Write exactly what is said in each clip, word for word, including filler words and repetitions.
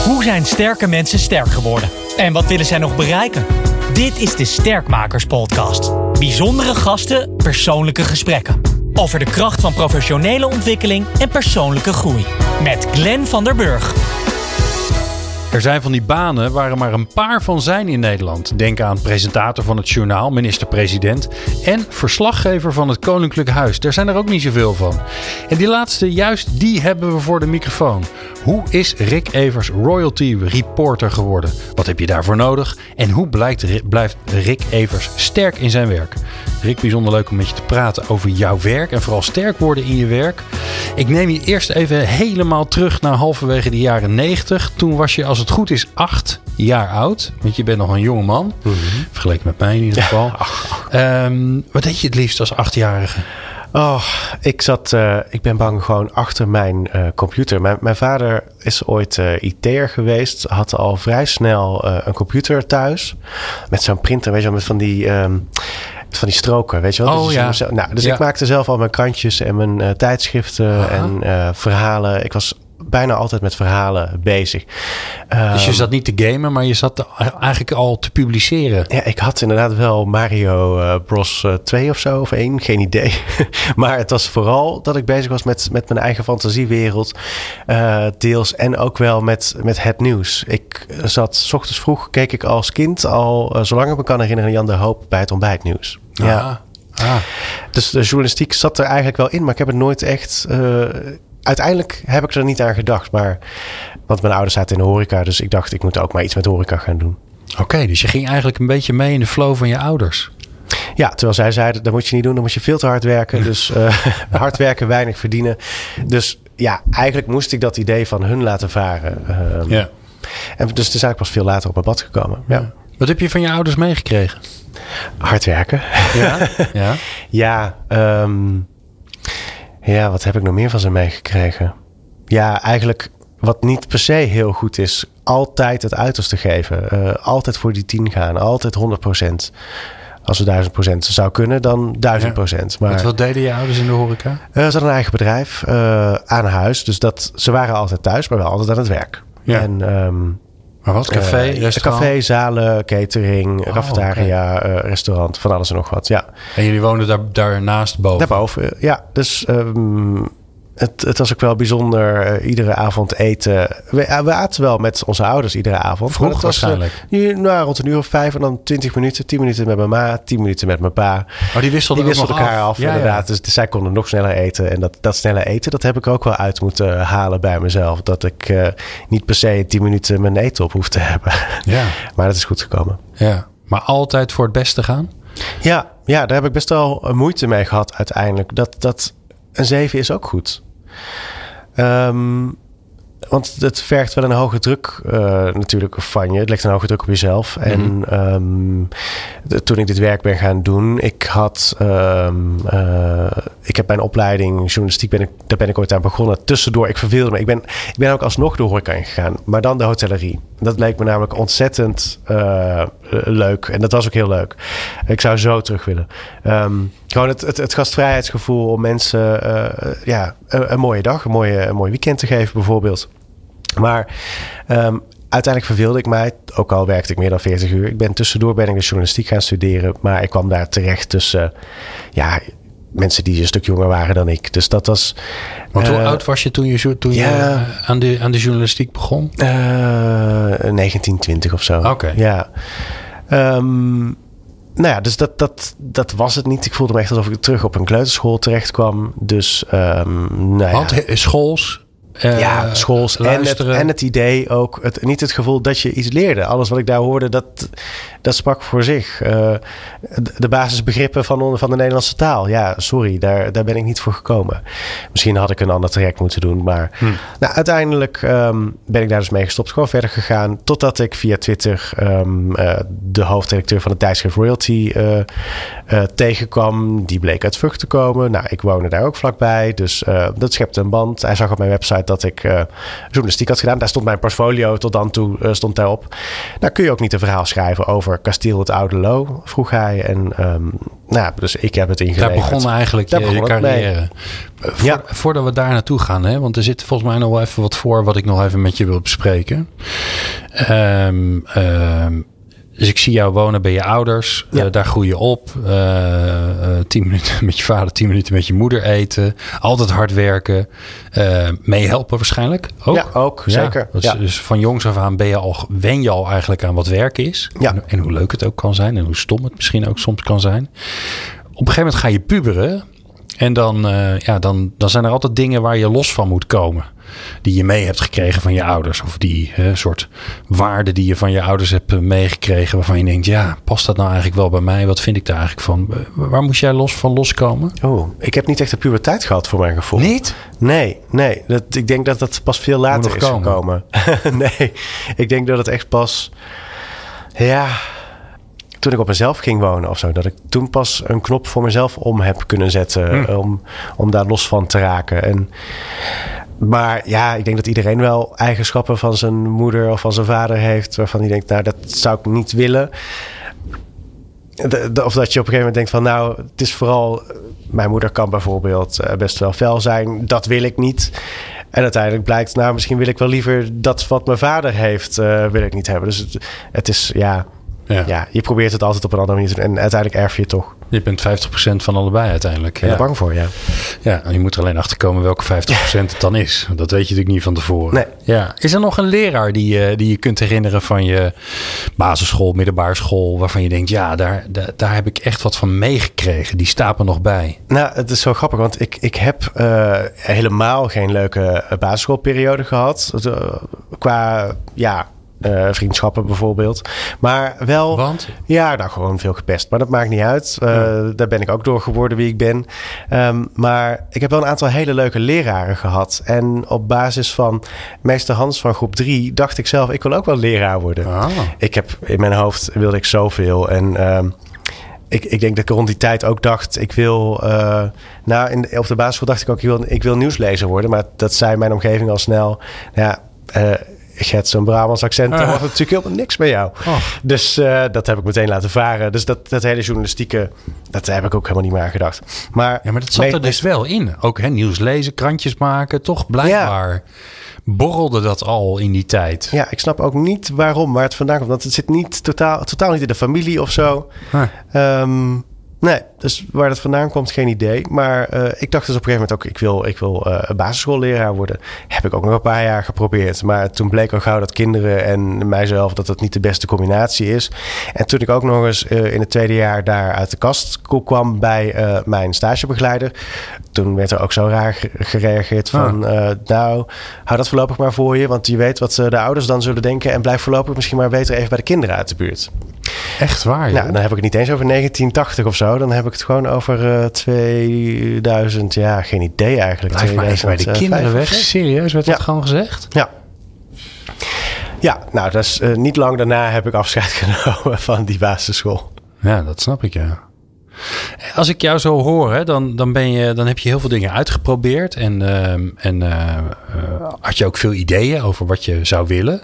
Hoe zijn sterke mensen sterk geworden? En wat willen zij nog bereiken? Dit is de Sterkmakers Podcast. Bijzondere gasten, persoonlijke gesprekken. Over de kracht van professionele ontwikkeling en persoonlijke groei. Met Glenn van der Burg. Er zijn van die banen waar er maar een paar van zijn in Nederland. Denk aan presentator van het journaal, minister-president en verslaggever van het Koninklijk Huis. Daar zijn er ook niet zoveel van. En die laatste, juist die hebben we voor de microfoon. Hoe is Rick Evers royalty reporter geworden? Wat heb je daarvoor nodig? En hoe blijkt, blijft Rick Evers sterk in zijn werk? Rick, bijzonder leuk om met je te praten over jouw werk en vooral sterk worden in je werk. Ik neem je eerst even helemaal terug naar halverwege de jaren negentig. Toen was je, als het goed is, acht jaar oud. Want je bent nog een jonge man. Mm-hmm. Vergeleken met mij in ieder geval. Ja. Um, wat deed je het liefst als achtjarige? Oh, ik zat, uh, ik ben bang gewoon achter mijn uh, computer. Mijn, mijn vader is ooit uh, I T'er geweest. Had al vrij snel uh, een computer thuis. Met zo'n printer, weet je wel, met van die... Um, van die stroken, weet je wel? Oh, dus ja. Zelf, nou, dus ja. ik maakte zelf al mijn krantjes en mijn uh, tijdschriften Aha. en uh, verhalen. Ik was bijna altijd met verhalen bezig. Um, dus je zat niet te gamen, maar je zat eigenlijk al te publiceren. Ja, ik had inderdaad wel Mario uh, Bros uh, twee of zo, of één, geen idee. Maar het was vooral dat ik bezig was met, met mijn eigen fantasiewereld. Uh, deels en ook wel met, met het nieuws. Ik zat 's ochtends vroeg, keek ik als kind al, uh, zolang ik me kan herinneren, Jan de Hoop bij het ontbijtnieuws. Ah, ja. Ah. Dus de journalistiek zat er eigenlijk wel in, maar ik heb het nooit echt... Uh, Uiteindelijk heb ik er niet aan gedacht, maar want mijn ouders zaten in de horeca, dus ik dacht ik moet ook maar iets met horeca gaan doen. Oké, okay, dus je ging eigenlijk een beetje mee in de flow van je ouders. Ja, terwijl zij zeiden dat moet je niet doen, dan moet je veel te hard werken. Dus uh, hard werken, weinig verdienen. Dus ja, eigenlijk moest ik dat idee van hun laten varen. Uh, ja. En dus het is eigenlijk pas veel later op mijn pad gekomen. Ja. Ja. Wat heb je van je ouders meegekregen? Hard werken. Ja, ja. ja, um, Ja, wat heb ik nog meer van ze meegekregen? Ja, eigenlijk wat niet per se heel goed is. Altijd het uiterste geven. Uh, altijd voor die tien gaan. Altijd honderd procent. Als het duizend procent zou kunnen, dan duizend procent. Maar wat deden je ouders in de horeca? Uh, ze hadden een eigen bedrijf uh, aan huis. Dus dat, ze waren altijd thuis, maar wel altijd aan het werk. Ja. En... Um, Maar wat? Café, uh, restaurant? Café, zalen, catering, oh, cafetaria, okay. uh, restaurant, van alles en nog wat, ja. En jullie woonden daar, daarnaast boven? Daarboven, ja. Dus um, het, het was ook wel bijzonder, uh, iedere avond eten. We, we aten wel met onze ouders iedere avond. Vroeg was, waarschijnlijk? Uh, nou, rond een uur of vijf en dan twintig minuten. tien minuten met mijn ma, tien minuten met mijn pa. Oh, die wisselden, die wisselden elkaar af, af ja, inderdaad. Ja. Dus zij konden nog sneller eten. En dat, dat snelle eten, dat heb ik ook wel uit moeten halen bij mezelf. Dat ik uh, niet per se tien minuten mijn eten op hoef te hebben. Ja. Maar dat is goed gekomen. Ja, maar altijd voor het beste gaan? Ja, ja, daar heb ik best wel moeite mee gehad uiteindelijk. Dat, dat een zeven is ook goed. Um, want het vergt wel een hoge druk uh, natuurlijk van je. Het legt een hoge druk op jezelf. Mm-hmm. En um, de, toen ik dit werk ben gaan doen, ik had... Um, uh, ik heb mijn opleiding journalistiek, ben ik, daar ben ik ooit aan begonnen. Tussendoor, ik verveelde me. Ik ben, ik ben ook alsnog de horeca ingegaan. Maar dan de hotellerie. Dat leek me namelijk ontzettend uh, leuk. En dat was ook heel leuk. Ik zou zo terug willen. Um, gewoon het, het, het gastvrijheidsgevoel om mensen uh, ja, een, een mooie dag, een, mooie, een mooi weekend te geven bijvoorbeeld. Maar um, uiteindelijk verveelde ik mij, ook al werkte ik meer dan veertig uur. Ik ben tussendoor ben ik de journalistiek gaan studeren, maar ik kwam daar terecht tussen uh, ja, mensen die een stuk jonger waren dan ik. Dus dat was... Want hoe uh, oud was je toen je, toen ja, je uh, aan, de, aan de journalistiek begon? Uh, negentien, twintig of zo. Oké. Okay. Ja. Um, nou ja, dus dat, dat, dat was het niet. Ik voelde me echt alsof ik terug op een kleuterschool terecht kwam. Dus, um, nou ja. Want schools... Uh, ja, schools en het, en het idee ook, het, niet het gevoel dat je iets leerde. Alles wat ik daar hoorde, dat, dat sprak voor zich. Uh, de basisbegrippen van, van de Nederlandse taal. Ja, sorry, daar, daar ben ik niet voor gekomen. Misschien had ik een ander traject moeten doen. Maar hm. nou, uiteindelijk um, ben ik daar dus mee gestopt. Gewoon verder gegaan. Totdat ik via Twitter um, uh, de hoofdredacteur van het tijdschrift Royalty uh, uh, tegenkwam. Die bleek uit Vught te komen. Nou, ik woonde daar ook vlakbij. Dus uh, dat schepte een band. Hij zag op mijn website uit dat ik uh, journalistiek had gedaan. Daar stond mijn portfolio tot dan toe uh, stond daarop. Nou kun je ook niet een verhaal schrijven over Kasteel het Oude Loo, vroeg hij. En um, nou, dus ik heb het ingeleverd. Daar begon eigenlijk daar je, begon je carrière. Voor, ja. Voordat we daar naartoe gaan, hè, want er zit volgens mij nog wel even wat voor wat ik nog even met je wil bespreken. Um, um, Dus ik zie jou wonen bij je ouders. Ja. Uh, daar groei je op. Uh, uh, tien minuten met je vader, tien minuten met je moeder eten. Altijd hard werken. Uh, meehelpen waarschijnlijk ook. Ja, ook. Ja, zeker. Dus, ja. dus van jongs af aan ben je al, wen je al eigenlijk aan wat werk is. Ja. En, en hoe leuk het ook kan zijn. En hoe stom het misschien ook soms kan zijn. Op een gegeven moment ga je puberen. En dan, uh, ja, dan, dan zijn er altijd dingen waar je los van moet komen. Die je mee hebt gekregen van je ouders. Of die uh, soort waarden die je van je ouders hebt meegekregen. Waarvan je denkt, ja, past dat nou eigenlijk wel bij mij? Wat vind ik daar eigenlijk van? Waar moest jij los van loskomen? Oh, ik heb niet echt de puberteit gehad voor mijn gevoel. Niet? Nee, nee. Dat, ik denk dat dat pas veel later is komen. gekomen. nee, ik denk dat het echt pas... Ja... Toen ik op mezelf ging wonen of zo. Dat ik toen pas een knop voor mezelf om heb kunnen zetten. Hmm. Om, om daar los van te raken. En, maar ja, ik denk dat iedereen wel eigenschappen van zijn moeder of van zijn vader heeft. Waarvan hij denkt, nou dat zou ik niet willen. De, de, of dat je op een gegeven moment denkt van nou, het is vooral... Mijn moeder kan bijvoorbeeld best wel fel zijn. Dat wil ik niet. En uiteindelijk blijkt, nou misschien wil ik wel liever dat wat mijn vader heeft, uh, wil ik niet hebben. Dus het, het is, ja... Ja. ja, je probeert het altijd op een andere manier te doen. En uiteindelijk erf je het toch. Je bent vijftig procent van allebei uiteindelijk. Ik ben ja. er bang voor, ja. Ja, en je moet er alleen achter komen welke vijftig procent het dan is. Dat weet je natuurlijk niet van tevoren. Nee. Ja. Is er nog een leraar die je, die je kunt herinneren van je basisschool, middelbare school, waarvan je denkt, ja, daar, daar, daar heb ik echt wat van meegekregen. Die staat me nog bij. Nou, het is zo grappig, want ik, ik heb uh, helemaal geen leuke basisschoolperiode gehad. Uh, qua, ja... Uh, vriendschappen bijvoorbeeld. Maar wel... Want? Ja, nou gewoon veel gepest. Maar dat maakt niet uit. Uh, ja. Daar ben ik ook door geworden wie ik ben. Um, maar ik heb wel een aantal hele leuke leraren gehad. En op basis van meester Hans van groep drie... dacht ik zelf, ik wil ook wel leraar worden. Ah. Ik heb in mijn hoofd wilde ik zoveel. En... Um, Ik, ik denk dat ik rond die tijd ook dacht, ik wil... Uh, nou, in, op de basisschool dacht ik ook, ik wil, ik wil nieuwslezer worden. Maar dat zei mijn omgeving al snel. Ja, uh, Gert, zo'n Brabants accent, daar wordt natuurlijk helemaal niks bij jou. Oh. Dus uh, dat heb ik meteen laten varen. Dus dat, dat hele journalistieke, dat heb ik ook helemaal niet meer aan gedacht. Maar, ja, maar dat zat er dus wel in. Ook hè, nieuws lezen, krantjes maken, toch blijkbaar... Ja. Borrelde dat al in die tijd? Ja, ik snap ook niet waarom, waar het vandaan komt. Want het zit niet totaal, totaal niet in de familie of zo. Huh. Um, nee, dus waar het vandaan komt, geen idee. Maar uh, ik dacht dus op een gegeven moment ook... ik wil, ik wil uh, basisschoolleraar worden. Heb ik ook nog een paar jaar geprobeerd. Maar toen bleek al gauw dat kinderen en mijzelf... dat dat niet de beste combinatie is. En toen ik ook nog eens uh, in het tweede jaar daar uit de kast kwam... bij uh, mijn stagebegeleider... toen werd er ook zo raar gereageerd van... Uh, nou, hou dat voorlopig maar voor je... want je weet wat de ouders dan zullen denken... en blijf voorlopig misschien maar beter even bij de kinderen uit de buurt. Echt waar, joh? Nou, dan heb ik het niet eens over negentien tachtig of zo. Dan heb ik het gewoon over uh, tweeduizend... Ja, geen idee eigenlijk. Blijf maar even bij de kinderen weg. Serieus, werd dat ja. gewoon gezegd? Ja. Ja, nou, dat is uh, niet lang daarna heb ik afscheid genomen van die basisschool. Ja, dat snap ik, ja. Als ik jou zo hoor, hè, dan, dan, ben je, dan heb je heel veel dingen uitgeprobeerd. En, uh, en uh, uh, had je ook veel ideeën over wat je zou willen.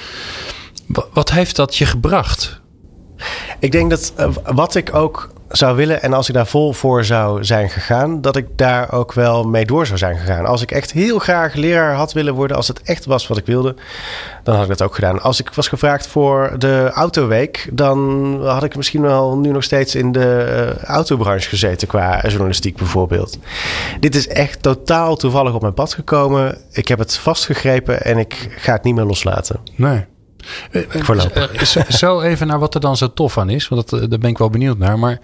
W- wat heeft dat je gebracht? Ik denk dat uh, wat ik ook zou willen... en als ik daar vol voor zou zijn gegaan... dat ik daar ook wel mee door zou zijn gegaan. Als ik echt heel graag leraar had willen worden... als het echt was wat ik wilde... dan had ik dat ook gedaan. Als ik was gevraagd voor de autoweek... dan had ik misschien wel nu nog steeds... in de uh, autobranche gezeten... qua journalistiek bijvoorbeeld. Dit is echt totaal toevallig op mijn pad gekomen. Ik heb het vastgegrepen... en ik ga het niet meer loslaten. Nee. Voorlopig. Zo even naar wat er dan zo tof aan is. Want dat, daar ben ik wel benieuwd naar. Maar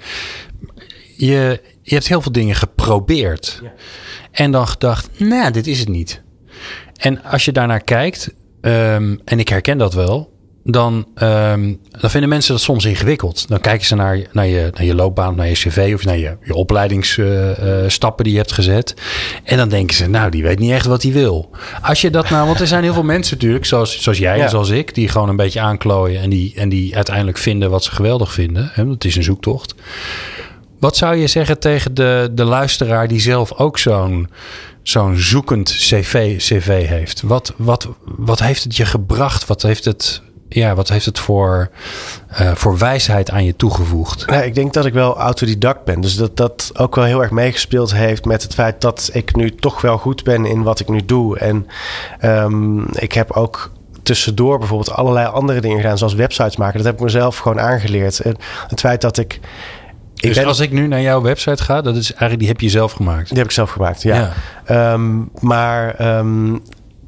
je, je hebt heel veel dingen geprobeerd. Ja. En dan gedacht, nou, dit is het niet. En als je daarnaar kijkt, um, en ik herken dat wel... Dan, um, dan vinden mensen dat soms ingewikkeld. Dan kijken ze naar, naar, je, naar je loopbaan, naar je cv... of naar je, je opleidingsstappen uh, uh, die je hebt gezet. En dan denken ze, nou, die weet niet echt wat hij wil. Als je dat nou... Want er zijn heel veel mensen natuurlijk, zoals, zoals jij ja. en zoals ik... die gewoon een beetje aanklooien... en die, en die uiteindelijk vinden wat ze geweldig vinden. Hè? Dat is een zoektocht. Wat zou je zeggen tegen de, de luisteraar... die zelf ook zo'n... zo'n zoekend cv, cv heeft? Wat, wat, wat heeft het je gebracht? Wat heeft het, ja, wat heeft het voor, uh, voor wijsheid aan je toegevoegd? Nou, ik denk dat ik wel autodidact ben. Dus dat dat ook wel heel erg meegespeeld heeft met het feit dat ik nu toch wel goed ben in wat ik nu doe. En um, ik heb ook tussendoor bijvoorbeeld allerlei andere dingen gedaan, zoals websites maken. Dat heb ik mezelf gewoon aangeleerd. En het feit dat ik... ik dus ben, als ik nu naar jouw website ga, dat is eigenlijk die heb je zelf gemaakt? Die heb ik zelf gemaakt, ja. ja. Um, maar um,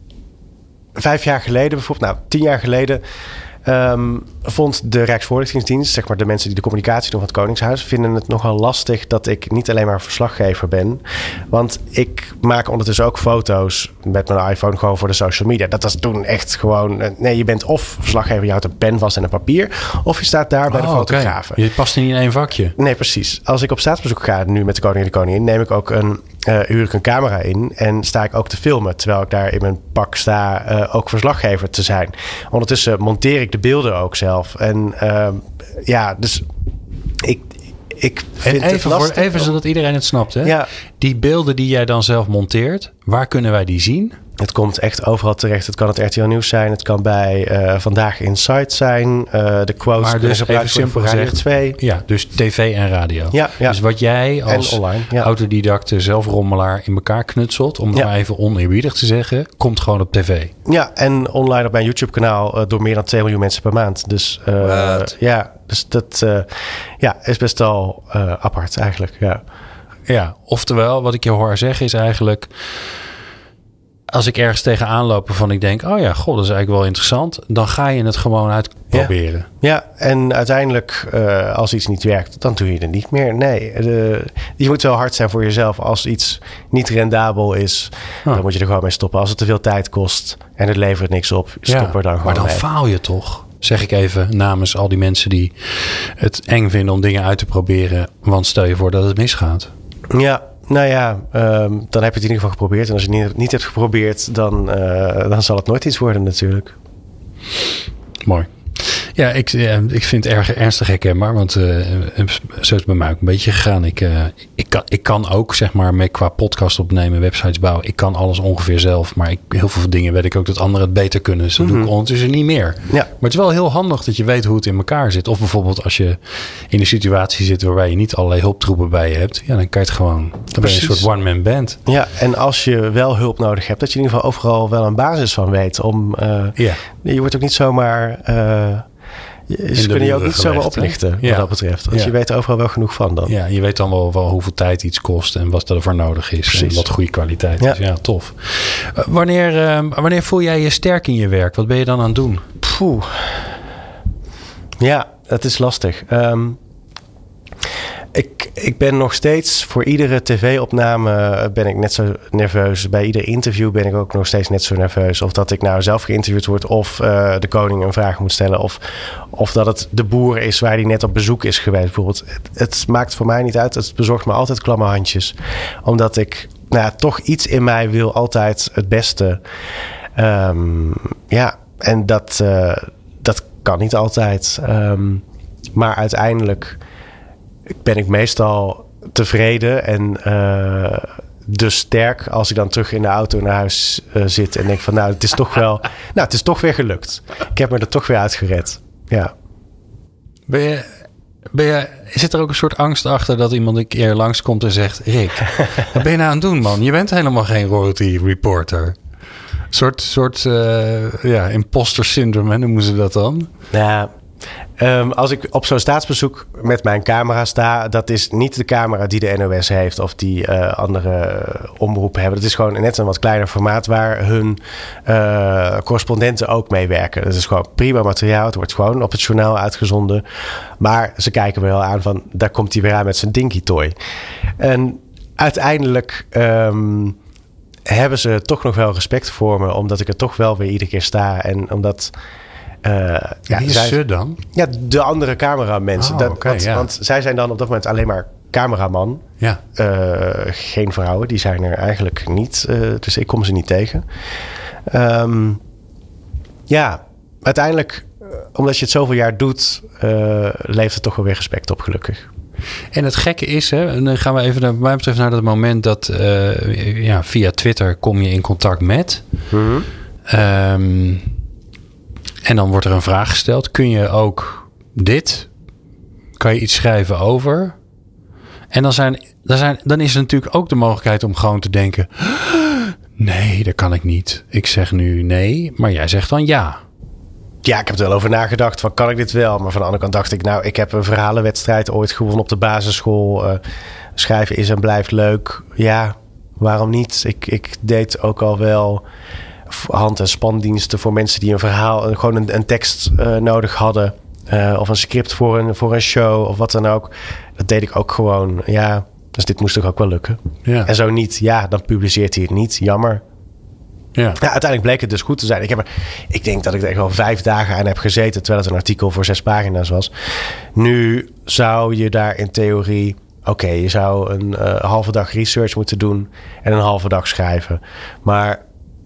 vijf jaar geleden, bijvoorbeeld, nou, tien jaar geleden, Um, vond de Rijksvoorlichtingsdienst, zeg maar de mensen die de communicatie doen van het Koningshuis, vinden het nogal lastig dat ik niet alleen maar verslaggever ben. Want ik maak ondertussen ook foto's met mijn iPhone gewoon voor de social media. Dat was toen echt gewoon, nee, je bent of verslaggever, je houdt een pen vast en een papier, of je staat daar bij oh, de fotografen. Okay. Je past niet in één vakje. Nee, precies. Als ik op staatsbezoek ga nu met de koning en de koningin, neem ik ook een, uh, huur ik een camera in en sta ik ook te filmen, terwijl ik daar in mijn pak sta uh, ook verslaggever te zijn. Ondertussen monteer ik de beelden ook zelf. En uh, ja, dus ik, ik vind en even het lastig. Voor, even zodat iedereen het snapt, hè? Ja. Die beelden die jij dan zelf monteert, waar kunnen wij die zien? Het komt echt overal terecht. Het kan het R T L Nieuws zijn. Het kan bij uh, Vandaag Insight zijn. Uh, de quotes maar dus even simpel gezegd, twee. Ja, dus tv en radio. Ja, ja. Dus wat jij als online, ja. autodidacte zelfrommelaar in elkaar knutselt, om het ja. maar even oneerbiedig te zeggen, komt gewoon op tv. Ja, en online op mijn YouTube kanaal uh, door meer dan twee miljoen mensen per maand. Dus uh, ja, dus dat uh, ja, is best wel uh, apart eigenlijk. Ja. ja, oftewel, wat ik je hoor zeggen is eigenlijk, als ik ergens tegenaan loop waarvan ik denk, oh ja, god, dat is eigenlijk wel interessant, dan ga je het gewoon uitproberen. Ja, ja, en uiteindelijk, uh, als iets niet werkt, dan doe je het niet meer. Nee, de, je moet wel hard zijn voor jezelf. Als iets niet rendabel is, oh. dan moet je er gewoon mee stoppen. Als het te veel tijd kost en het levert niks op, stop ja, er dan gewoon maar dan mee. Faal je toch? Zeg ik even namens al die mensen die het eng vinden om dingen uit te proberen. Want stel je voor dat het misgaat. Ja. Nou ja, um, dan heb je het in ieder geval geprobeerd. En als je het niet, niet hebt geprobeerd, dan, uh, dan zal het nooit iets worden natuurlijk. Mooi. Ja, ik, ik vind het erg ernstig herkenbaar. Want uh, zo is het bij mij ook een beetje gegaan. Ik, uh, ik, kan, ik kan ook, zeg maar, met qua podcast opnemen, websites bouwen. Ik kan alles ongeveer zelf. Maar ik, heel veel dingen weet ik ook dat anderen het beter kunnen. Dus dat mm-hmm. doe ik ondertussen niet meer. Ja. Maar het is wel heel handig dat je weet hoe het in elkaar zit. Of bijvoorbeeld als je in een situatie zit waarbij je niet allerlei hulptroepen bij je hebt. Ja, dan kan je het gewoon. Dan ben je een soort one-man band. Ja, en als je wel hulp nodig hebt, dat je in ieder geval overal wel een basis van weet. Om, uh, ja. Je wordt ook niet zomaar Uh, Ze kunnen je ook niet zomaar oplichten, ja. wat dat betreft. Dus ja. je weet er overal wel genoeg van dan. Ja, je weet dan wel, wel hoeveel tijd iets kost en wat ervoor nodig is. Precies. En wat goede kwaliteit ja. is. Ja, tof. Uh, wanneer, uh, wanneer voel jij je sterk in je werk? Wat ben je dan aan het doen? Poeh. Ja, dat is lastig. Um, Ik, ik ben nog steeds voor iedere tv-opname ben ik net zo nerveus. Bij ieder interview ben ik ook nog steeds net zo nerveus. Of dat ik nou zelf geïnterviewd word of uh, de koning een vraag moet stellen. Of, of dat het de boer is waar hij net op bezoek is geweest bijvoorbeeld. Het, het maakt voor mij niet uit. Het bezorgt me altijd klamme handjes. Omdat ik nou ja, toch iets in mij wil altijd het beste. Um, ja, en dat, uh, dat kan niet altijd. Um, maar uiteindelijk ben ik meestal tevreden en uh, dus sterk als ik dan terug in de auto naar huis uh, zit en denk van nou, het is toch wel, nou, het is toch weer gelukt. Ik heb me er toch weer uitgered. Ja. Ben je, ben je, zit er ook een soort angst achter dat iemand een keer langskomt en zegt, Rick, wat ben je nou aan het doen, man? Je bent helemaal geen royalty reporter. Een soort, soort uh, ja, imposter syndrome, noemen ze dat dan? Ja. Um, als ik op zo'n staatsbezoek met mijn camera sta, dat is niet de camera die de N O S heeft of die uh, andere omroepen hebben. Dat is gewoon net een wat kleiner formaat waar hun uh, correspondenten ook meewerken. Dat is gewoon prima materiaal. Het wordt gewoon op het journaal uitgezonden. Maar ze kijken me wel aan van, daar komt hij weer aan met zijn dinky toy. En uiteindelijk Um, hebben ze toch nog wel respect voor me, omdat ik er toch wel weer iedere keer sta en omdat Uh, ja, wie is zij, ze dan? Ja, de andere cameramensen. Oh, dat, okay, want, ja. want zij zijn dan op dat moment alleen maar cameraman. Ja. Uh, geen vrouwen, die zijn er eigenlijk niet. Uh, dus ik kom ze niet tegen. Um, ja, uiteindelijk, uh, omdat je het zoveel jaar doet, Uh, leeft er toch wel weer respect op, gelukkig. En het gekke is, hè, en dan gaan we even, naar, wat mij betreft, naar dat moment dat uh, ja, via Twitter kom je in contact met. Mm-hmm. Um, en dan wordt er een vraag gesteld. Kun je ook dit? Kan je iets schrijven over? En dan, zijn, dan, zijn, dan is er natuurlijk ook de mogelijkheid om gewoon te denken... Nee, dat kan ik niet. Ik zeg nu nee, maar jij zegt dan ja. Ja, ik heb er wel over nagedacht van kan ik dit wel? Maar van de andere kant dacht ik, nou, ik heb een verhalenwedstrijd ooit gewonnen op de basisschool. Uh, schrijven is en blijft leuk. Ja, waarom niet? Ik, ik deed ook al wel hand- en spandiensten voor mensen die een verhaal, gewoon een, een tekst uh, nodig hadden. Uh, of een script voor een, voor een show of wat dan ook. Dat deed ik ook gewoon, ja. Dus dit moest toch ook wel lukken. Ja. En zo niet, ja, dan publiceert hij het niet. Jammer. Ja. Ja, uiteindelijk bleek het dus goed te zijn. Ik, heb er, ik denk dat ik er echt wel vijf dagen aan heb gezeten... terwijl het een artikel voor zes pagina's was. Nu zou je daar in theorie... Oké, okay, je zou een uh, halve dag research moeten doen... en een halve dag schrijven. Maar...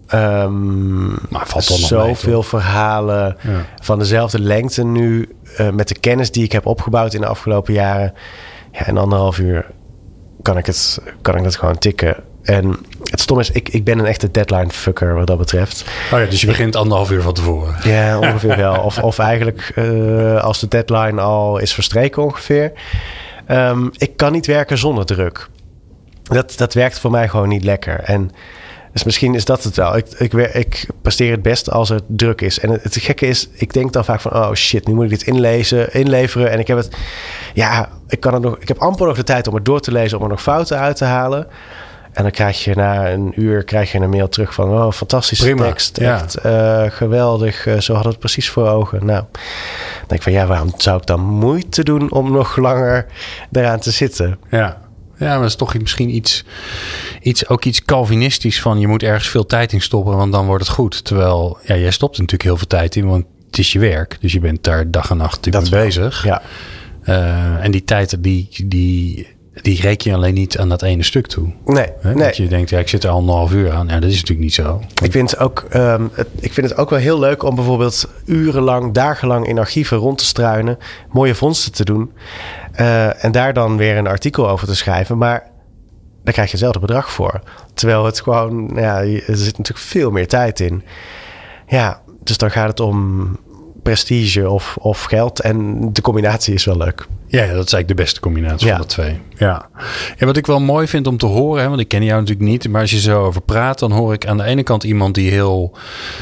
Um, maar valt toch nog zoveel mee, verhalen ja. van dezelfde lengte nu... Uh, met de kennis die ik heb opgebouwd in de afgelopen jaren... Ja, in anderhalf uur kan ik, het, kan ik dat gewoon tikken... En het stom is, ik, ik ben een echte deadline fucker wat dat betreft. Oh ja, dus je begint anderhalf uur van tevoren. Ja, ongeveer wel. Of, of eigenlijk uh, als de deadline al is verstreken ongeveer. Um, ik kan niet werken zonder druk. Dat, dat werkt voor mij gewoon niet lekker. En dus misschien is dat het wel. Ik, ik, ik presteer het best als er druk is. En het, het gekke is, ik denk dan vaak van... oh shit, nu moet ik dit inlezen, inleveren. En ik heb het... Ja, ik, kan het nog, ik heb amper nog de tijd om het door te lezen... om er nog fouten uit te halen... En dan krijg je na een uur krijg je een mail terug van... oh, fantastische Prima, tekst, ja. echt uh, geweldig. Uh, zo hadden we het precies voor ogen. Nou, dan denk ik van ja, waarom zou ik dan moeite doen... om nog langer eraan te zitten? Ja, ja maar dat is toch misschien iets, iets... ook iets Calvinistisch van... je moet ergens veel tijd in stoppen, want dan wordt het goed. Terwijl, ja, jij stopt er natuurlijk heel veel tijd in... want het is je werk. Dus je bent daar dag en nacht mee bezig. Ja. Uh, en die tijd, die... die Die reken je alleen niet aan dat ene stuk toe. Nee, He, nee. Dat je denkt, ja, ik zit er al anderhalf uur aan. Ja, dat is natuurlijk niet zo. Ik vind, het ook, um, het, ik vind het ook wel heel leuk om bijvoorbeeld urenlang, dagenlang in archieven rond te struinen. Mooie vondsten te doen. Uh, en daar dan weer een artikel over te schrijven. Maar daar krijg je hetzelfde bedrag voor. Terwijl het gewoon, ja, er zit natuurlijk veel meer tijd in. Ja, dus dan gaat het om prestige of, of geld. En de combinatie is wel leuk. Ja, dat is eigenlijk de beste combinatie ja. van de twee. Ja. Ja, wat ik wel mooi vind om te horen, hè, want ik ken jou natuurlijk niet, maar als je zo over praat, dan hoor ik aan de ene kant iemand die heel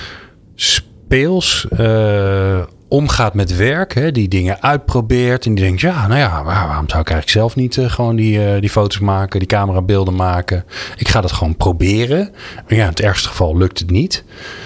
speels uh, omgaat met werk, hè, die dingen uitprobeert en die denkt, ja, nou ja, waarom zou ik eigenlijk zelf niet uh, gewoon die, uh, die foto's maken, die camerabeelden maken? Ik ga dat gewoon proberen. Maar ja, in het ergste geval lukt het niet.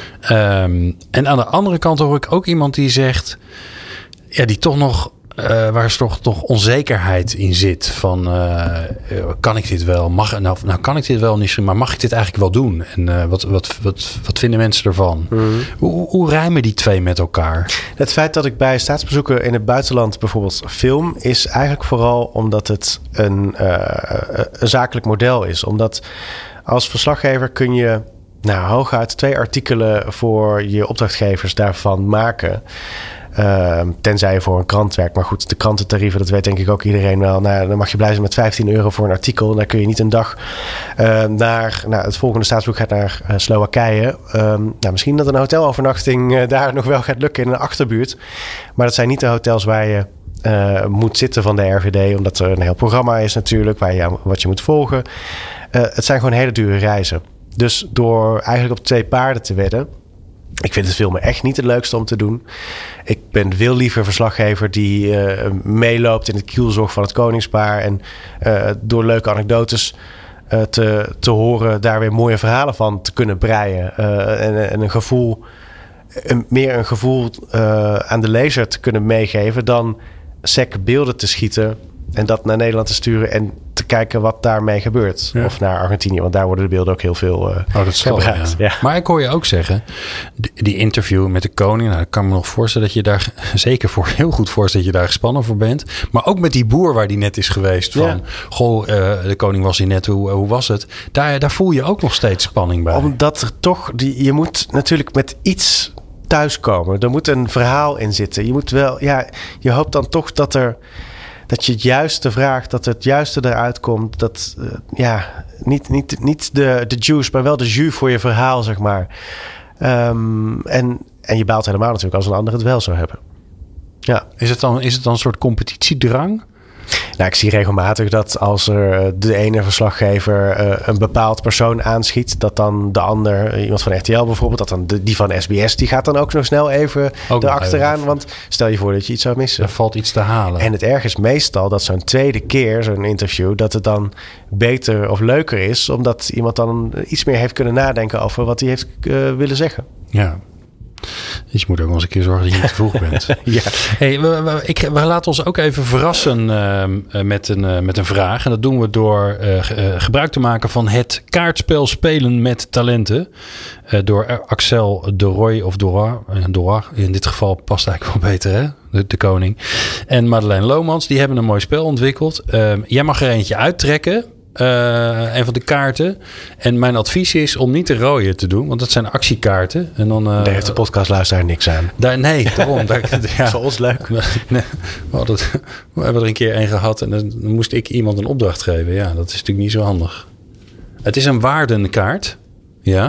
Um, en aan de andere kant hoor ik ook iemand die zegt, ja, die toch nog Uh, waar is toch, toch onzekerheid in zit. Van, uh, kan ik dit wel? Mag, nou, nou, kan ik dit wel niet, maar mag ik dit eigenlijk wel doen? En uh, wat, wat, wat, wat vinden mensen ervan? Mm-hmm. Hoe, hoe rijmen die twee met elkaar? Het feit dat ik bij staatsbezoeken in het buitenland bijvoorbeeld film... is eigenlijk vooral omdat het een, uh, een zakelijk model is. Omdat als verslaggever kun je... nou, hooguit twee artikelen voor je opdrachtgevers daarvan maken... Uh, tenzij je voor een krant werkt. Maar goed, de krantentarieven, dat weet denk ik ook iedereen wel. Nou, dan mag je blij zijn met vijftien euro voor een artikel. Dan kun je niet een dag uh, naar... Nou, het volgende staatsbezoek gaat naar uh, Slowakije. Um, nou, misschien dat een hotelovernachting uh, daar nog wel gaat lukken in een achterbuurt. Maar dat zijn niet de hotels waar je uh, moet zitten van de R V D. Omdat er een heel programma is natuurlijk, waar je, wat je moet volgen. Uh, het zijn gewoon hele dure reizen. Dus door eigenlijk op twee paarden te wedden... Ik vind het filmen echt niet het leukste om te doen. Ik ben veel liever verslaggever die uh, meeloopt in het kielzog van het koningspaar. En uh, door leuke anekdotes uh, te, te horen, daar weer mooie verhalen van te kunnen breien. Uh, en, en een gevoel, een, meer een gevoel uh, aan de lezer te kunnen meegeven dan sec beelden te schieten. En dat naar Nederland te sturen en te kijken wat daarmee gebeurt. Ja. Of naar Argentinië, want daar worden de beelden ook heel veel uh, oh, dat gebruikt. Ja. Ja. Maar ik hoor je ook zeggen, die, die interview met de koning... Nou, ik kan me nog voorstellen dat je daar zeker voor heel goed voorstelt dat je daar gespannen voor bent. Maar ook met die boer waar die net is geweest. Van, ja. goh, uh, de koning was hier net, hoe, hoe was het? Daar, daar voel je ook nog steeds spanning bij. Omdat er toch, die, je moet natuurlijk met iets thuiskomen. Er moet een verhaal in zitten. Je moet wel, ja, je hoopt dan toch dat er... dat je het juiste vraagt, dat het juiste eruit komt. Dat, uh, ja, niet, niet, niet de, de juice, maar wel de jus voor je verhaal, zeg maar. Um, en, en je baalt helemaal natuurlijk als een ander het wel zou hebben. Ja. Is het dan, is het dan een soort competitiedrang? Nou, ik zie regelmatig dat als er de ene verslaggever uh, een bepaald persoon aanschiet, dat dan de ander, iemand van R T L bijvoorbeeld, dat dan de, die van S B S, die gaat dan ook nog snel even ook erachteraan. Want stel je voor dat je iets zou missen. Er valt iets te halen. En het erg is meestal dat zo'n tweede keer, zo'n interview, dat het dan beter of leuker is, omdat iemand dan iets meer heeft kunnen nadenken over wat hij heeft uh, willen zeggen. Ja. Dus je moet ook wel eens een keer zorgen dat je niet te vroeg bent. Ja. Hey, we, we, ik, we laten ons ook even verrassen uh, met, een, uh, met een vraag. En dat doen we door uh, gebruik te maken van het kaartspel Spelen met Talenten. Uh, door Axel de Roy of Dora. Dora. In dit geval past eigenlijk wel beter, hè? De, de koning. En Madeleine Lomans. Die hebben een mooi spel ontwikkeld. Uh, jij mag er eentje uittrekken. Uh, een van de kaarten. En mijn advies is om niet de rode te doen, want dat zijn actiekaarten. En dan, uh, daar heeft de podcastluisteraar niks aan. Daar, nee, daarom. daar, ja. Dat is voor ons leuk. Nee, we, hadden, we hebben er een keer een gehad en dan moest ik iemand een opdracht geven. Ja, dat is natuurlijk niet zo handig. Het is een waardenkaart. Ja.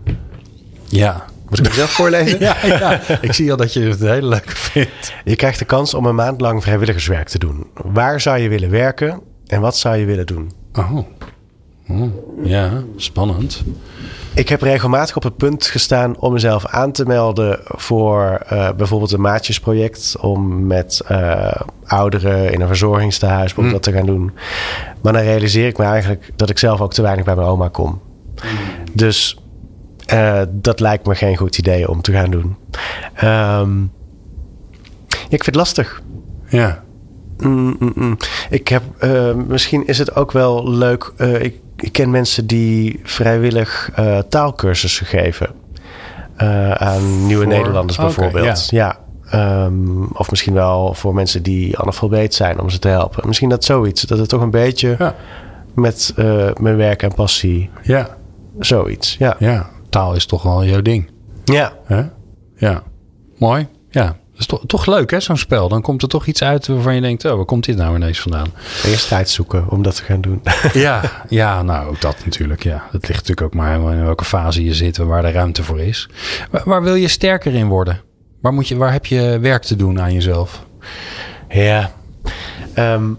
Ja. Moet ik het zelf voorlezen? Ja, ja, ik zie al dat je het heel leuk vindt. Je krijgt de kans om een maand lang vrijwilligerswerk te doen. Waar zou je willen werken en wat zou je willen doen? Oh. oh, ja, spannend. Ik heb regelmatig op het punt gestaan om mezelf aan te melden voor uh, bijvoorbeeld een maatjesproject. Om met uh, ouderen in een verzorgingstehuis mm. dat te gaan doen. Maar dan realiseer ik me eigenlijk dat ik zelf ook te weinig bij mijn oma kom. Mm. Dus uh, dat lijkt me geen goed idee om te gaan doen. Um, ja, ik vind het lastig. Ja. Mm-mm. Ik heb, uh, misschien is het ook wel leuk. Uh, ik, ik ken mensen die vrijwillig uh, taalkursussen geven. Uh, aan nieuwe voor... Nederlanders bijvoorbeeld. Okay, ja. ja. Um, of misschien wel voor mensen die analfabeet zijn om ze te helpen. Misschien dat zoiets. Dat het toch een beetje ja. met uh, mijn werk en passie. Ja. Zoiets, ja. Ja, taal is toch wel jouw ding. Ja. Huh? Ja. Mooi. Ja. Dat is toch, toch leuk, hè, zo'n spel. Dan komt er toch iets uit waarvan je denkt, oh, waar komt dit nou ineens vandaan? Eerst tijd zoeken om dat te gaan doen. ja, ja, nou, ook dat natuurlijk, ja. Dat ligt natuurlijk ook maar in welke fase je zit en waar de ruimte voor is. Waar, waar wil je sterker in worden? Waar, moet je, waar heb je werk te doen aan jezelf? Ja, um,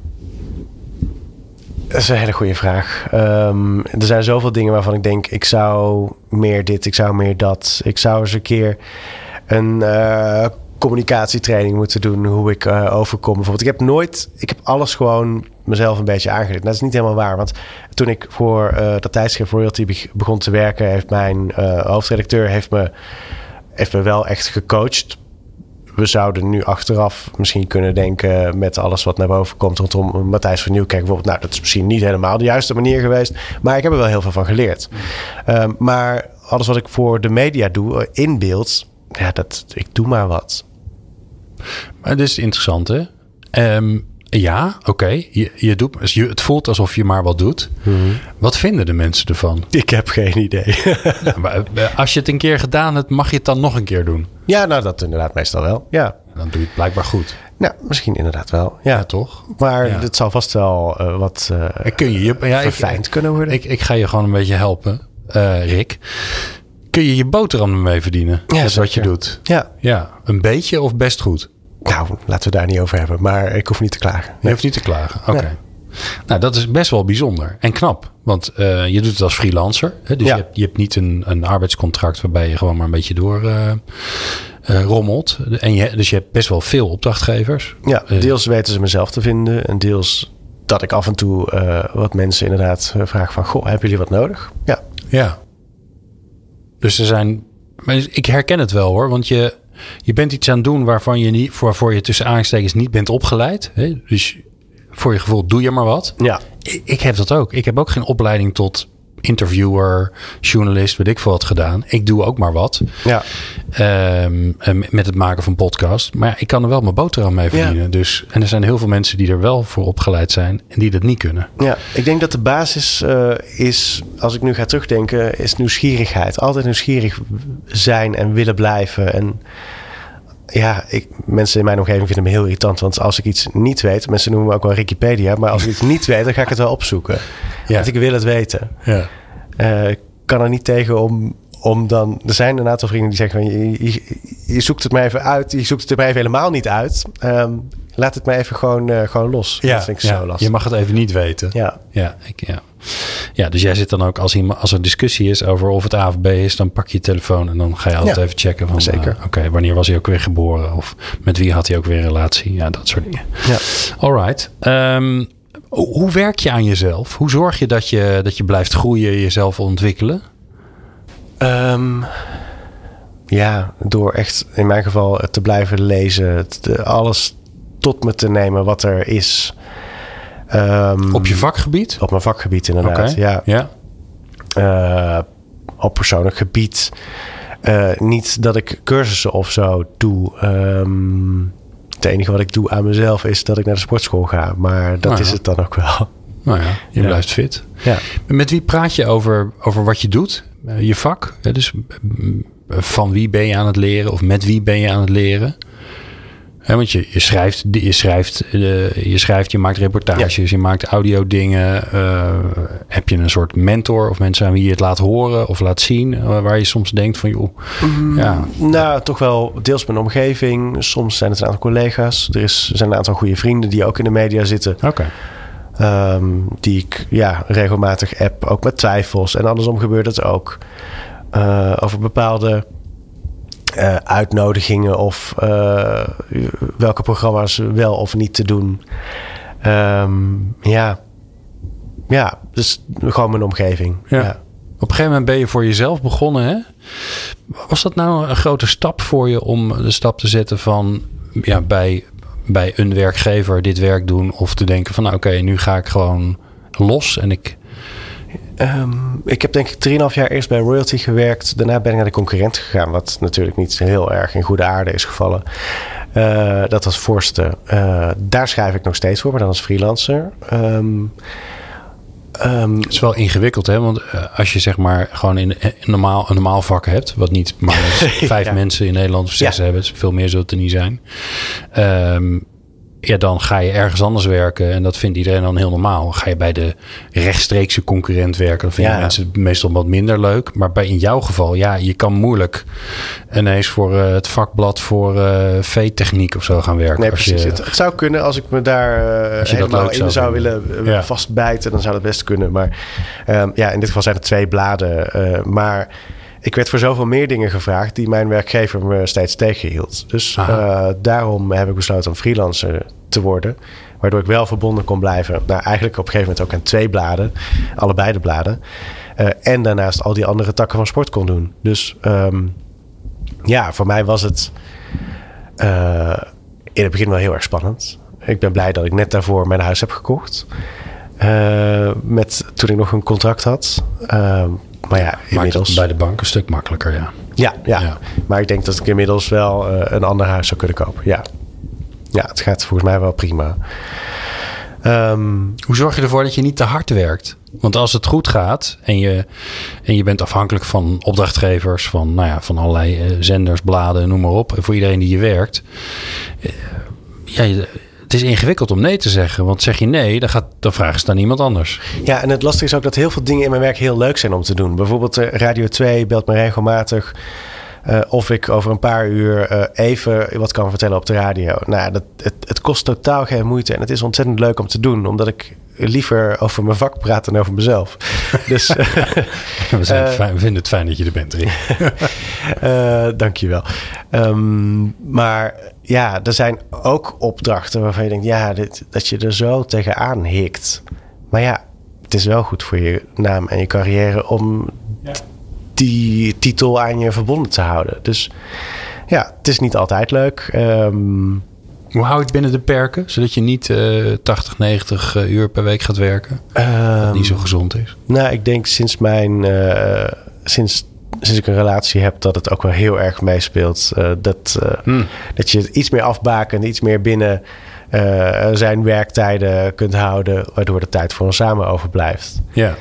dat is een hele goede vraag. Um, er zijn zoveel dingen waarvan ik denk, ik zou meer dit, ik zou meer dat. Ik zou eens een keer een Uh, communicatietraining moeten doen, hoe ik uh, overkom. Bijvoorbeeld, ik heb nooit, ik heb alles gewoon mezelf een beetje aangeleerd. Dat is niet helemaal waar, want toen ik voor uh, dat tijdschrift Royalty begon te werken, heeft mijn uh, hoofdredacteur heeft me, heeft me wel echt gecoacht. We zouden nu achteraf misschien kunnen denken met alles wat naar boven komt rondom Matthijs van Nieuwkerk bijvoorbeeld. Nou, dat is misschien niet helemaal de juiste manier geweest, maar ik heb er wel heel veel van geleerd. Mm. Um, maar alles wat ik voor de media doe, uh, in beeld, ja, dat, ik doe maar wat. Maar dit is interessant, hè? Um, ja, oké. Okay. Je, je doet, je, het voelt alsof je maar wat doet. Mm-hmm. Wat vinden de mensen ervan? Ik heb geen idee. ja, maar als je het een keer gedaan hebt, mag je het dan nog een keer doen? Ja, nou dat inderdaad meestal wel. Ja. Dan doe je het blijkbaar goed. Nou, misschien inderdaad wel. Ja, ja toch? Maar ja. het zal vast wel uh, wat uh, Kun je, ja, verfijnd ik, kunnen worden. Ik, ik ga je gewoon een beetje helpen, uh, Rick. Kun je je boterham ermee verdienen? Ja, dat is wat je doet. Ja. ja. Een beetje of best goed? Nou, laten we daar niet over hebben. Maar ik hoef niet te klagen. Je hoeft niet te klagen, oké. Okay. Nee. Nou, dat is best wel bijzonder en knap. Want uh, je doet het als freelancer. Hè? Dus ja. je, hebt, je hebt niet een, een arbeidscontract waarbij je gewoon maar een beetje door uh, uh, rommelt. En je, dus je hebt best wel veel opdrachtgevers. Ja, deels uh, weten ze mezelf te vinden. En deels dat ik af en toe uh, wat mensen inderdaad uh, vragen van, goh, hebben jullie wat nodig? Ja. Ja. Dus er zijn... Maar ik herken het wel hoor, want je... Je bent iets aan het doen waarvan je niet, waarvoor je tussen aanstekens niet bent opgeleid. Hè? Dus voor je gevoel doe je maar wat. Ja. Ik, ik heb dat ook. Ik heb ook geen opleiding tot interviewer, journalist, weet ik veel wat gedaan. Ik doe ook maar wat. Ja. Um, met het maken van podcast. Maar ja, ik kan er wel mijn boterham mee verdienen. Ja. Dus, en er zijn heel veel mensen die er wel voor opgeleid zijn en die dat niet kunnen. Ja, ik denk dat de basis uh, is, als ik nu ga terugdenken, is nieuwsgierigheid. Altijd nieuwsgierig zijn en willen blijven. En ja, ik, mensen in mijn omgeving vinden me heel irritant. Want als ik iets niet weet... Mensen noemen me ook wel Wikipedia. Maar als ik iets niet weet, dan ga ik het wel opzoeken. Ja. Want ik wil het weten. Ja. Uh, ik kan er niet tegen om, om dan... Er zijn een aantal vrienden die zeggen van... Je, je, je zoekt het maar even uit. Je zoekt het er maar even helemaal niet uit. Um, laat het maar even gewoon, uh, gewoon los. Ja, dat vind ik ja, zo lastig. Je mag het even niet weten. Ja. Ja, ik, ja. ja, dus jij zit dan ook... Als, iemand, als er discussie is over of het A of B is... dan pak je je telefoon en dan ga je altijd ja, even checken. Van, zeker. Uh, Oké, okay, wanneer was hij ook weer geboren? Of met wie had hij ook weer een relatie? Ja, dat soort dingen. Ja. All right. Um, hoe werk je aan jezelf? Hoe zorg je dat je, dat je blijft groeien, jezelf ontwikkelen? Um, ja, door echt in mijn geval te blijven lezen. Te, alles tot me te nemen wat er is. Um, op je vakgebied? Op mijn vakgebied inderdaad, okay. ja. ja. Uh, op persoonlijk gebied. Uh, niet dat ik cursussen of zo doe. Um, het enige wat ik doe aan mezelf is dat ik naar de sportschool ga. Maar dat nou is ja. het dan ook wel. Nou ja, je ja. blijft fit. Ja. Met wie praat je over, over wat je doet? Uh, je vak? Ja, dus uh, van wie ben je aan het leren? Of met wie ben je aan het leren? He, want je, je schrijft, je schrijft, uh, je schrijft, je maakt reportages, ja. je maakt audio dingen. Uh, heb je een soort mentor of mensen aan wie je het laat horen of laat zien, uh, waar je soms denkt van joh, mm, ja. Nou, toch wel deels mijn omgeving. Soms zijn het een aantal collega's. Er, is, er zijn een aantal goede vrienden die ook in de media zitten. Oké. Okay. Um, die ik ja, regelmatig app, ook met twijfels. En andersom gebeurt het ook. Uh, over bepaalde uh, uitnodigingen of uh, welke programma's wel of niet te doen. Um, ja. ja, dus gewoon mijn omgeving. Ja. Ja. Op een gegeven moment ben je voor jezelf begonnen. Hè? Was dat nou een grote stap voor je om de stap te zetten van ja, bij... bij een werkgever dit werk doen of te denken van nou oké, okay, nu ga ik gewoon los en ik... Um, ik heb denk ik drieënhalf jaar eerst bij Royalty gewerkt. Daarna ben ik naar de concurrent gegaan, wat natuurlijk niet heel erg in goede aarde is gevallen. Uh, dat was Forste. Uh, daar schrijf ik nog steeds voor, maar dan als freelancer. Um, Um, het is wel ingewikkeld, hè? Want uh, als je zeg maar gewoon in een normaal, een normaal vak hebt, wat niet maar vijf ja. mensen in Nederland of zes ja. hebben, veel meer zult het er niet zijn. Um, ja, dan ga je ergens anders werken en dat vindt iedereen dan heel normaal. Ga je bij de rechtstreekse concurrent werken, dan vinden ja. mensen het meestal wat minder leuk. Maar bij in jouw geval, ja, je kan moeilijk ineens voor uh, het vakblad voor uh, veetechniek of zo gaan werken. Nee, als precies. Je, het, het zou kunnen als ik me daar uh, helemaal in zou, zou willen uh, ja. vastbijten, dan zou dat best kunnen. Maar um, ja, in dit geval zijn het twee bladen. Uh, maar ik werd voor zoveel meer dingen gevraagd die mijn werkgever me steeds tegenhield. Dus uh, daarom heb ik besloten om freelancer te worden. Waardoor ik wel verbonden kon blijven. Nou, eigenlijk op een gegeven moment ook aan twee bladen. Allebei de bladen. Uh, en daarnaast al die andere takken van sport kon doen. Dus um, ja, voor mij was het uh, in het begin wel heel erg spannend. Ik ben blij dat ik net daarvoor mijn huis heb gekocht. Uh, met, toen ik nog een contract had. Uh, Maar ja, inmiddels... Maakt bij de bank een stuk makkelijker, ja. Ja, ja. ja. Maar ik denk dat ik inmiddels wel uh, een ander huis zou kunnen kopen. Ja. Ja, het gaat volgens mij wel prima. Um, Hoe zorg je ervoor dat je niet te hard werkt? Want als het goed gaat en je, en je bent afhankelijk van opdrachtgevers, van, nou ja, van allerlei uh, zenders, bladen, noem maar op. En voor iedereen die je werkt. Uh, ja, je, het is ingewikkeld om nee te zeggen. Want zeg je nee, dan, gaat, dan vragen ze aan iemand anders. Ja, en het lastige is ook dat heel veel dingen in mijn werk heel leuk zijn om te doen. Bijvoorbeeld uh, Radio twee belt me regelmatig uh, of ik over een paar uur uh, even wat kan vertellen op de radio. Nou, dat, het, het kost totaal geen moeite. En het is ontzettend leuk om te doen. Omdat ik liever over mijn vak praat dan over mezelf. Dus, uh, we, zijn uh, fijn, we vinden het fijn dat je er bent, Rick. uh, Dank je wel. Um, maar ja, er zijn ook opdrachten waarvan je denkt, ja, dit, dat je er zo tegenaan hikt. Maar ja, het is wel goed voor je naam en je carrière om ja. die titel aan je verbonden te houden. Dus ja, het is niet altijd leuk. Um, Hoe hou je het binnen de perken, zodat je niet uh, tachtig, negentig uur per week gaat werken? Um, wat niet zo gezond is. Nou, ik denk sinds mijn uh, sinds sinds ik een relatie heb, dat het ook wel heel erg meespeelt. Uh, dat, uh, hmm. dat je het iets meer afbakent, iets meer binnen uh, zijn werktijden kunt houden, waardoor de tijd voor ons samen overblijft. Ja.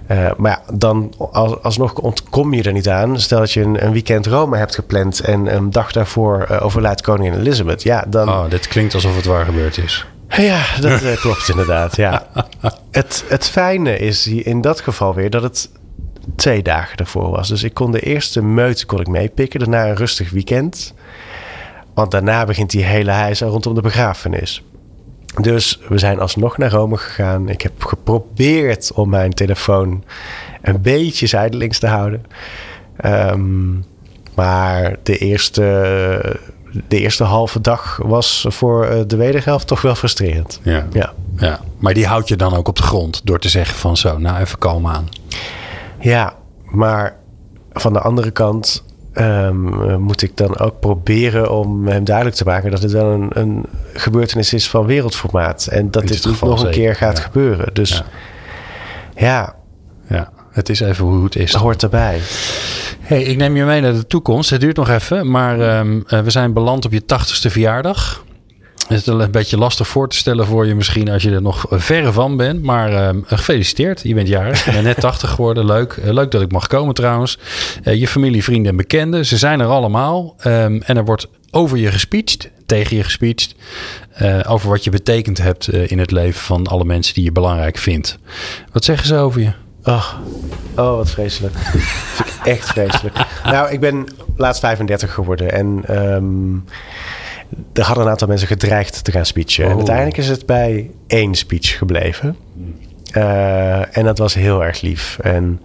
Uh, maar ja, dan als, alsnog ontkom je er niet aan. Stel dat je een, een weekend Rome hebt gepland en een dag daarvoor uh, overlijdt koningin Elizabeth. Ja, dan... Oh, dit klinkt alsof het waar gebeurd is. Ja, dat uh, klopt inderdaad. Ja. het, het fijne is in dat geval weer dat het twee dagen ervoor was. Dus ik kon de eerste meute kon ik meepikken. Daarna een rustig weekend. Want daarna begint die hele heisa rondom de begrafenis. Dus we zijn alsnog naar Rome gegaan. Ik heb geprobeerd om mijn telefoon een beetje zijdelings te houden. Um, maar de eerste, de eerste halve dag was voor de wederhelft toch wel frustrerend. Ja. Ja. Ja. Maar die houd je dan ook op de grond door te zeggen van zo, nou even kalm aan. Ja, maar van de andere kant um, moet ik dan ook proberen om hem duidelijk te maken dat het wel een, een gebeurtenis is van wereldformaat. En dat dit niet nog een keer gaat ja. gebeuren. Dus ja. ja. Ja, het is even hoe het is. Dat hoort erbij. Hey, ik neem je mee naar de toekomst. Het duurt nog even, maar um, uh, we zijn beland op je tachtigste verjaardag. Het is een beetje lastig voor te stellen voor je misschien als je er nog verre van bent. Maar uh, gefeliciteerd, je bent jarig. Je bent net tachtig geworden, leuk. Uh, leuk dat ik mag komen trouwens. Uh, je familie, vrienden en bekenden, ze zijn er allemaal. Um, en er wordt over je gespeecht, tegen je gespeecht. Uh, over wat je betekend hebt uh, in het leven van alle mensen die je belangrijk vindt. Wat zeggen ze over je? Oh, oh wat vreselijk. Dat vind ik echt vreselijk. Nou, ik ben laatst vijfendertig geworden en... Um, er hadden een aantal mensen gedreigd te gaan speechen. Oh. En uiteindelijk is het bij één speech gebleven. Uh, en dat was heel erg lief. En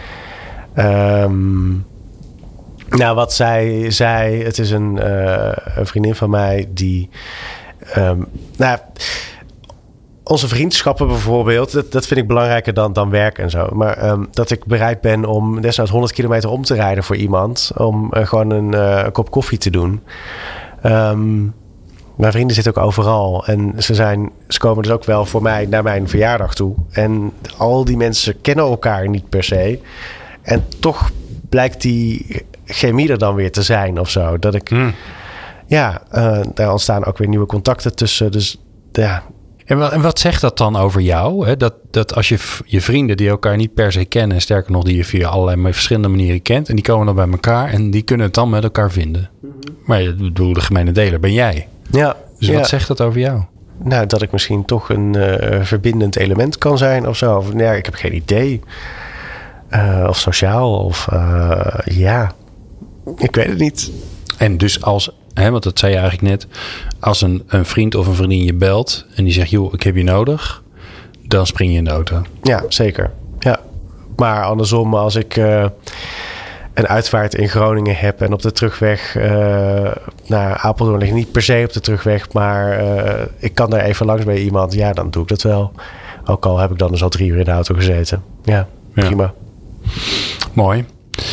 um, nou, wat zij zei, het is een, uh, een vriendin van mij die... Um, nou, onze vriendschappen bijvoorbeeld, dat, dat vind ik belangrijker dan, dan werk en zo. Maar um, dat ik bereid ben om desnoods honderd kilometer om te rijden voor iemand. Om uh, gewoon een, uh, een kop koffie te doen. Um, mijn vrienden zitten ook overal. En ze, zijn, ze komen dus ook wel voor mij naar mijn verjaardag toe. En al die mensen kennen elkaar niet per se. En toch blijkt die chemie er dan weer te zijn of zo. Dat ik... Hmm. Ja, uh, daar ontstaan ook weer nieuwe contacten tussen. Dus ja... En wat, en wat zegt dat dan over jou? Hè? Dat, dat als je je vrienden die elkaar niet per se kennen... en sterker nog die je via allerlei verschillende manieren kent... en die komen dan bij elkaar en die kunnen het dan met elkaar vinden. Mm-hmm. Maar ik bedoel, de gemene deler ben jij. Ja. Dus ja. wat zegt dat over jou? Nou, dat ik misschien toch een uh, verbindend element kan zijn of zo. Of, nou, ik heb geen idee. Uh, of sociaal of uh, ja, ik weet het niet. En dus als... Hè, want dat zei je eigenlijk net. Als een, een vriend of een vriendin je belt en die zegt, joh, ik heb je nodig, dan spring je in de auto. Ja, zeker. Ja. Maar andersom, als ik uh, een uitvaart in Groningen heb en op de terugweg uh, naar Apeldoorn lig, niet per se op de terugweg, maar uh, ik kan daar even langs bij iemand, ja, dan doe ik dat wel. Ook al heb ik dan dus al drie uur in de auto gezeten. Ja, ja. Prima. Mooi.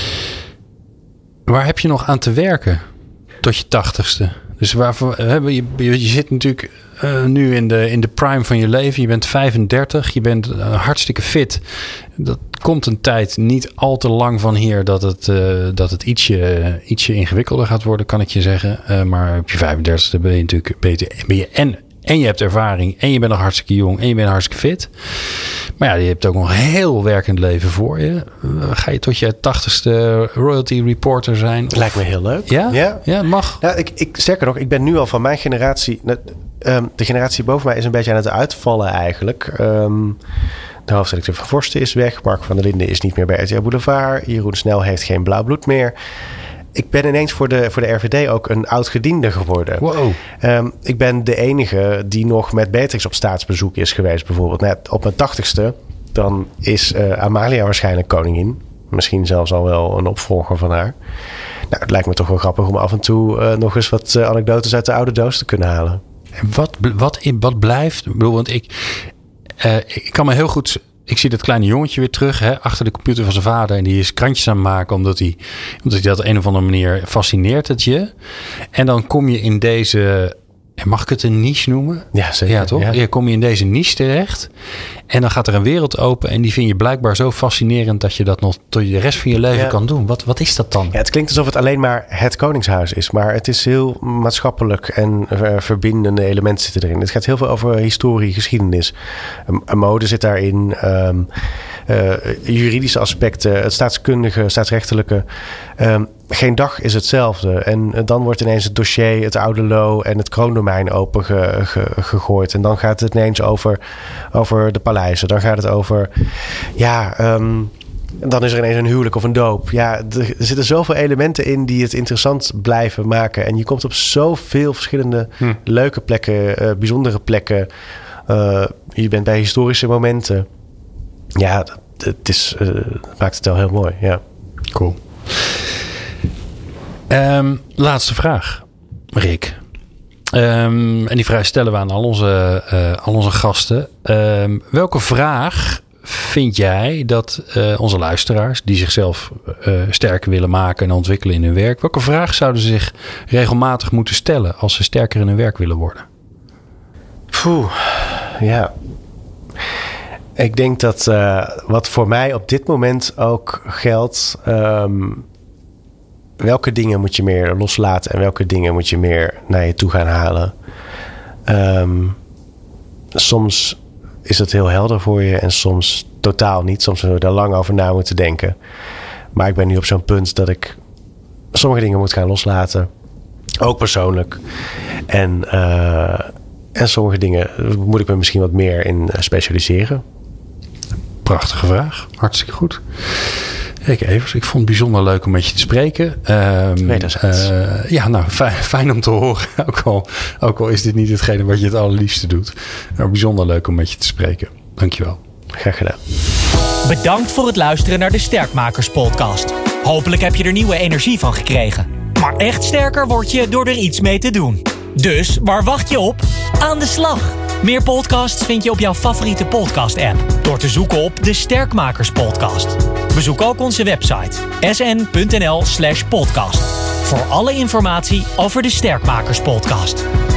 Waar heb je nog aan te werken? Tot je tachtigste. Dus waarvoor, je, je, je zit natuurlijk uh, nu in de, in de prime van je leven. Je bent vijfendertig. Je bent uh, hartstikke fit. Dat komt een tijd niet al te lang van hier dat het, uh, dat het ietsje, uh, ietsje ingewikkelder gaat worden, kan ik je zeggen. Uh, maar op je vijfendertigste ben je natuurlijk beter. Ben je en, en je hebt ervaring. En je bent nog hartstikke jong. En je bent hartstikke fit. Maar ja, je hebt ook nog een heel werkend leven voor je. Uh, ga je tot je tachtigste royalty reporter zijn? Of... Lijkt me heel leuk. Ja? Ja, ja mag. Ja, ik, ik, sterker nog, ik ben nu al van mijn generatie... Um, de generatie boven mij is een beetje aan het uitvallen eigenlijk. Um, de hoofdredacteur van Vorsten is weg. Mark van der Linden is niet meer bij R T L Boulevard. Jeroen Snel heeft geen blauw bloed meer. Ik ben ineens voor de, voor de R V D ook een oud-gediende geworden. Wow. Um, ik ben de enige die nog met Beatrix op staatsbezoek is geweest bijvoorbeeld. Net op mijn tachtigste, dan is uh, Amalia waarschijnlijk koningin. Misschien zelfs al wel een opvolger van haar. Nou, het lijkt me toch wel grappig om af en toe uh, nog eens wat uh, anekdotes uit de oude doos te kunnen halen. En wat, wat, wat blijft? Ik bedoel, want ik, uh, ik kan me heel goed... Ik zie dat kleine jongetje weer terug, hè, achter de computer van zijn vader. En die is krantjes aan het maken omdat hij, omdat hij dat op een of andere manier fascineert het je. En dan kom je in deze... Mag ik het een niche noemen? Ja, zeker. Ja, toch? Ja. Ja, kom je in deze niche terecht. En dan gaat er een wereld open. En die vind je blijkbaar zo fascinerend dat je dat nog tot de rest van je leven ja. kan doen. Wat, wat is dat dan? Ja, het klinkt alsof het alleen maar het Koningshuis is. Maar het is heel maatschappelijk en uh, verbindende elementen zitten erin. Het gaat heel veel over historie, geschiedenis. Um, mode zit daarin. Um, uh, juridische aspecten, het staatskundige, staatsrechtelijke. Um, geen dag is hetzelfde. En uh, dan wordt ineens het dossier, het oude lo en het kroondomein open ge, ge, gegooid. En dan gaat het ineens over, over de paleizen. Dan gaat het over, ja... Um, dan is er ineens een huwelijk of een doop. Ja, er, er zitten zoveel elementen in die het interessant blijven maken. En je komt op zoveel verschillende hm. leuke plekken, uh, bijzondere plekken. Uh, je bent bij historische momenten. Ja, het is, uh, maakt het wel heel mooi. Ja. Cool. Um, laatste vraag, Rick. Um, en die vraag stellen we aan al onze, uh, al onze gasten. Um, welke vraag vind jij dat uh, onze luisteraars, die zichzelf uh, sterker willen maken en ontwikkelen in hun werk, welke vraag zouden ze zich regelmatig moeten stellen als ze sterker in hun werk willen worden? Poeh, ja. Ik denk dat uh, wat voor mij op dit moment ook geldt, um, welke dingen moet je meer loslaten en welke dingen moet je meer naar je toe gaan halen. Um, soms is het heel helder voor je en soms totaal niet. Soms zullen we daar lang over na moeten denken. Maar ik ben nu op zo'n punt dat ik sommige dingen moet gaan loslaten. Ook persoonlijk. En, uh, en sommige dingen moet ik me misschien wat meer in specialiseren. Prachtige vraag. Hartstikke goed. Rick Evers, ik vond het bijzonder leuk om met je te spreken. Um, Wederzijds. Uh, ja, nou, fijn, fijn om te horen. Ook al, ook al is dit niet hetgene wat je het allerliefste doet. Maar bijzonder leuk om met je te spreken. Dankjewel. Graag gedaan. Bedankt voor het luisteren naar de Sterkmakers podcast. Hopelijk heb je er nieuwe energie van gekregen. Maar echt sterker word je door er iets mee te doen. Dus waar wacht je op? Aan de slag! Meer podcasts vind je op jouw favoriete podcast-app door te zoeken op de Sterkmakers podcast. Bezoek ook onze website sn punt n l slash podcast voor alle informatie over de Sterkmakers podcast.